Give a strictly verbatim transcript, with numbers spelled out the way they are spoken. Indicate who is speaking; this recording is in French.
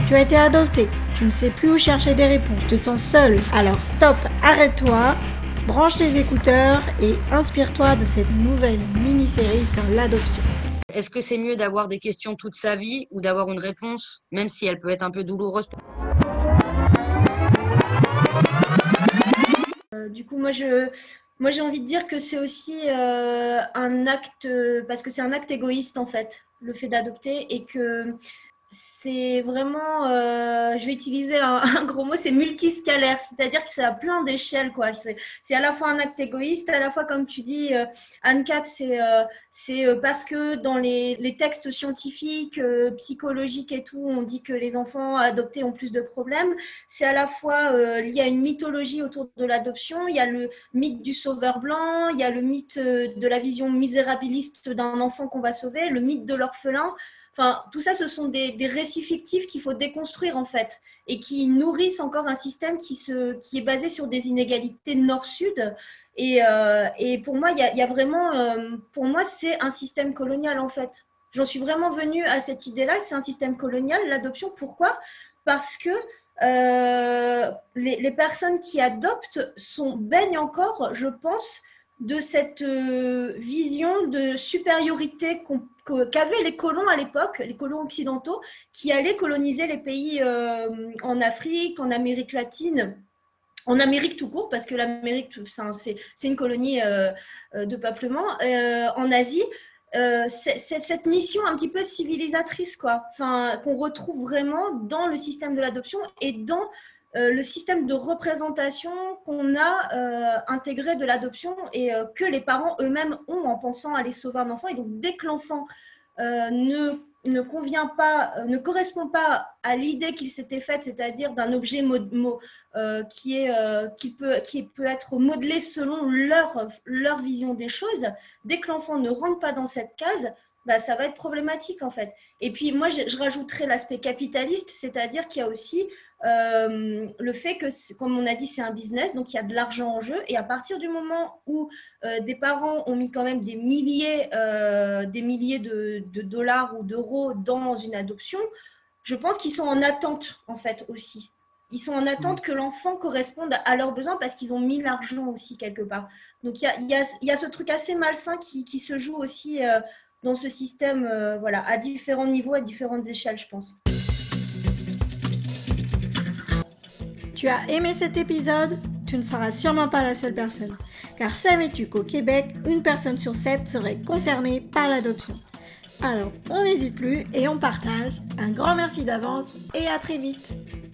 Speaker 1: Tu as été adopté, tu ne sais plus où chercher des réponses, tu te sens seul. Alors stop, arrête-toi, branche tes écouteurs et inspire-toi de cette nouvelle mini-série sur l'adoption.
Speaker 2: Est-ce que c'est mieux d'avoir des questions toute sa vie ou d'avoir une réponse, même si elle peut être un peu douloureuse?
Speaker 3: Euh, du coup, moi, je, moi, j'ai envie de dire que c'est aussi euh, un acte, parce que c'est un acte égoïste en fait, le fait d'adopter, et que c'est vraiment, euh, je vais utiliser un, un gros mot, c'est multiscalaire, c'est-à-dire que c'est à plein d'échelles, quoi. C'est, c'est à la fois un acte égoïste, à la fois, comme tu dis, euh, Anne-Cat, c'est, euh, c'est parce que dans les, les textes scientifiques, euh, psychologiques et tout, on dit que les enfants adoptés ont plus de problèmes. C'est à la fois euh, lié à une mythologie autour de l'adoption. Il y a le mythe du sauveur blanc, il y a le mythe de la vision misérabiliste d'un enfant qu'on va sauver, le mythe de l'orphelin. Enfin, tout ça, ce sont des, des récits fictifs qu'il faut déconstruire en fait, et qui nourrissent encore un système qui, se, qui est basé sur des inégalités nord-sud. Et, euh, et pour moi, il y a, y a vraiment, euh, pour moi, c'est un système colonial en fait. J'en suis vraiment venue à cette idée-là. C'est un système colonial, l'adoption. Pourquoi ? Parce que euh, les, les personnes qui adoptent sont, baignent encore, je pense, de cette euh, vision de supériorité qu'on, qu'avaient les colons à l'époque, les colons occidentaux, qui allaient coloniser les pays euh, en Afrique, en Amérique latine, en Amérique tout court, parce que l'Amérique, c'est, c'est une colonie euh, de peuplement, euh, en Asie. Euh, c'est, c'est cette mission un petit peu civilisatrice, quoi, enfin, qu'on retrouve vraiment dans le système de l'adoption et dans euh, le système de représentation qu'on a euh, intégré de l'adoption et euh, que les parents eux-mêmes ont en pensant aller sauver un enfant. Et donc, dès que l'enfant euh, ne, ne convient pas, euh, ne correspond pas à l'idée qu'il s'était faite, c'est-à-dire d'un objet mo- mo- euh, qui, est, euh, qui, peut, qui peut être modelé selon leur, leur vision des choses, dès que l'enfant ne rentre pas dans cette case, bah, ça va être problématique en fait. Et puis moi, je, je rajouterais l'aspect capitaliste, c'est-à-dire qu'il y a aussi euh, le fait que, comme on a dit, c'est un business, donc il y a de l'argent en jeu. Et à partir du moment où euh, des parents ont mis quand même des milliers, euh, des milliers de, de dollars ou d'euros dans une adoption, je pense qu'ils sont en attente en fait aussi. Ils sont en attente que l'enfant corresponde à leurs besoins parce qu'ils ont mis l'argent aussi quelque part. Donc il y a, y a, y a ce truc assez malsain qui, qui se joue aussi euh, dans ce système, euh, voilà, à différents niveaux, à différentes échelles, je pense.
Speaker 1: Tu as aimé cet épisode ? Tu ne seras sûrement pas la seule personne. Car savais-tu qu'au Québec, une personne sur sept serait concernée par l'adoption ? Alors, on n'hésite plus et on partage. Un grand merci d'avance et à très vite.